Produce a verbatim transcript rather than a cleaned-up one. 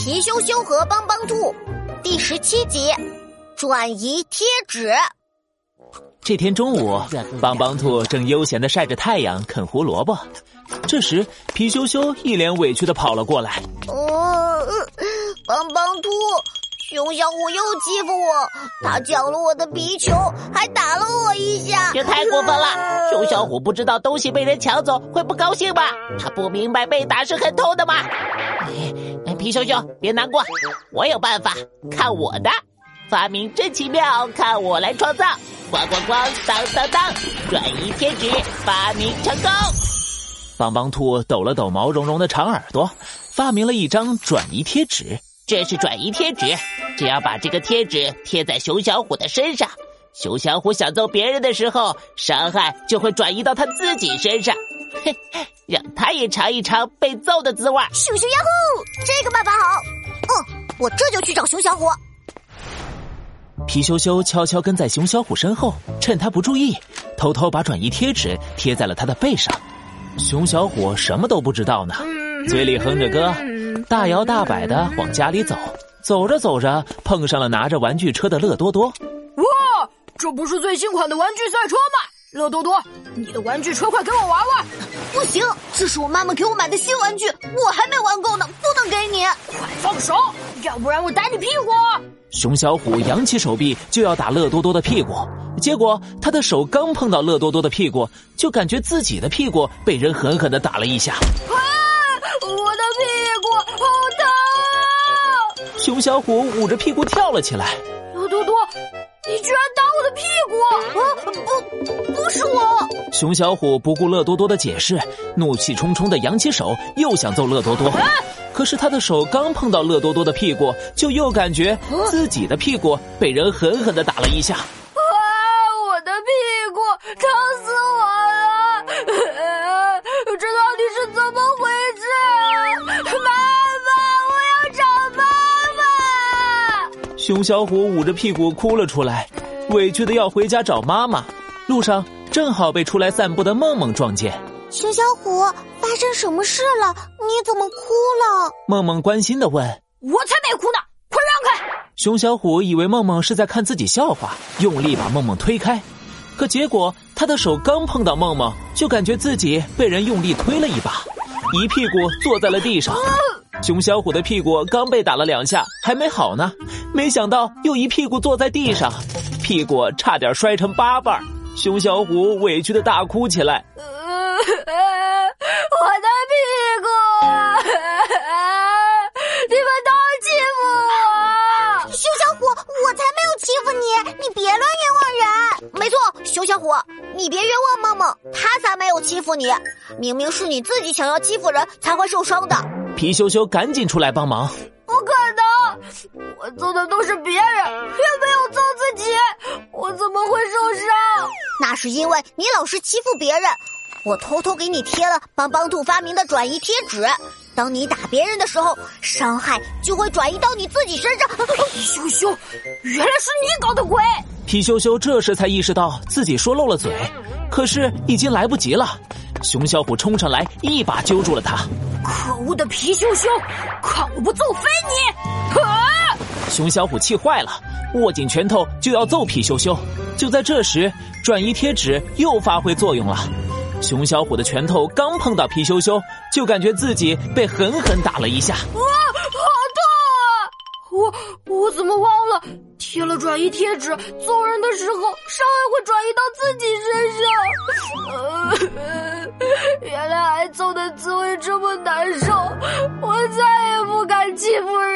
皮羞羞和帮帮兔第十七集转移贴纸。 这天中午，帮帮兔正悠闲地晒着太阳啃胡萝卜，这时皮羞羞一脸委屈地跑了过来。 呃，帮帮兔，熊小虎又欺负我，他抢了我的皮球，还打了我一下。 这太过分了！熊小虎不知道东西被人抢走会不高兴吧？他不明白被打是很痛的吗？哎，皮羞羞，别难过，我有办法，看我的！发明真奇妙，看我来创造！咣咣咣，当当当，转移贴纸发明成功！ 帮帮兔抖了抖毛茸茸的长耳朵，发明了一张转移贴纸。 这是转移贴纸，只要把这个贴纸贴在熊小虎的身上，熊小虎想揍别人的时候，伤害就会转移到他自己身上，嘿，让他也尝一尝被揍的滋味。 咻咻呀呼，这个办法好！嗯，我这就去找熊小虎。 皮羞羞悄悄跟在熊小虎身后，趁他不注意，偷偷把转移贴纸贴在了他的背上。熊小虎什么都不知道呢，嘴里哼着歌，大摇大摆地往家里走。走着走着，碰上了拿着玩具车的乐多多。 哇，这不是最新款的玩具赛车吗？乐多多，你的玩具车快给我玩玩！ 不行，这是我妈妈给我买的新玩具，我还没玩够呢，不能给你。 快放手，要不然我打你屁股！ 熊小虎扬起手臂就要打乐多多的屁股，结果他的手刚碰到乐多多的屁股，就感觉自己的屁股被人狠狠地打了一下。 啊！我的屁股好疼啊！ 熊小虎捂着屁股跳了起来。 乐多多，你居然打我的屁股！ 啊，不，不是我！ 熊小虎不顾乐多多的解释，怒气冲冲地扬起手，又想揍乐多多。啊，可是他的手刚碰到乐多多的屁股，就又感觉自己的屁股被人狠狠地打了一下。 啊！我的屁股疼死我了！这到底是怎么回事？妈妈，我要找妈妈！ 熊小虎捂着屁股哭了出来，委屈的要回家找妈妈。路上正好被出来散步的梦梦撞见。 熊小虎，发生什么事了？你怎么哭了？ 梦梦关心地问。 我才没哭呢，快让开！ 熊小虎以为梦梦是在看自己笑话，用力把梦梦推开，可结果他的手刚碰到梦梦，就感觉自己被人用力推了一把，一屁股坐在了地上。熊小虎的屁股刚被打了两下还没好呢，没想到又一屁股坐在地上，屁股差点摔成八瓣。熊小虎委屈地大哭起来。 我的屁股！你们都欺负我！ 熊小虎，我才没有欺负你，你别乱冤枉人。没错，熊小虎，你别冤枉梦梦，他才没有欺负你，明明是你自己想要欺负人才会受伤的。 皮羞羞赶紧出来帮忙。 不可能，我揍的都是别人，也没有揍自己，我怎么会受伤？ 那是因为你老是欺负别人。我偷偷给你贴了帮帮兔发明的转移贴纸，当你打别人的时候，伤害就会转移到你自己身上。 皮羞羞，原来是你搞的鬼！ 皮羞羞这时才意识到自己说漏了嘴，可是已经来不及了。熊小虎冲上来，一把揪住了他。 可恶的皮羞羞，看我不揍飞你！啊！ 熊小虎气坏了，握紧拳头就要揍皮羞羞。就在这时，转移贴纸又发挥作用了。熊小虎的拳头刚碰到皮羞羞，就感觉自己被狠狠打了一下。 哇，好痛啊！我我怎么忘了贴了转移贴纸，揍人的时候伤害会转移到自己身上。呃，原来挨揍的滋味这么难受，我再也不敢欺负人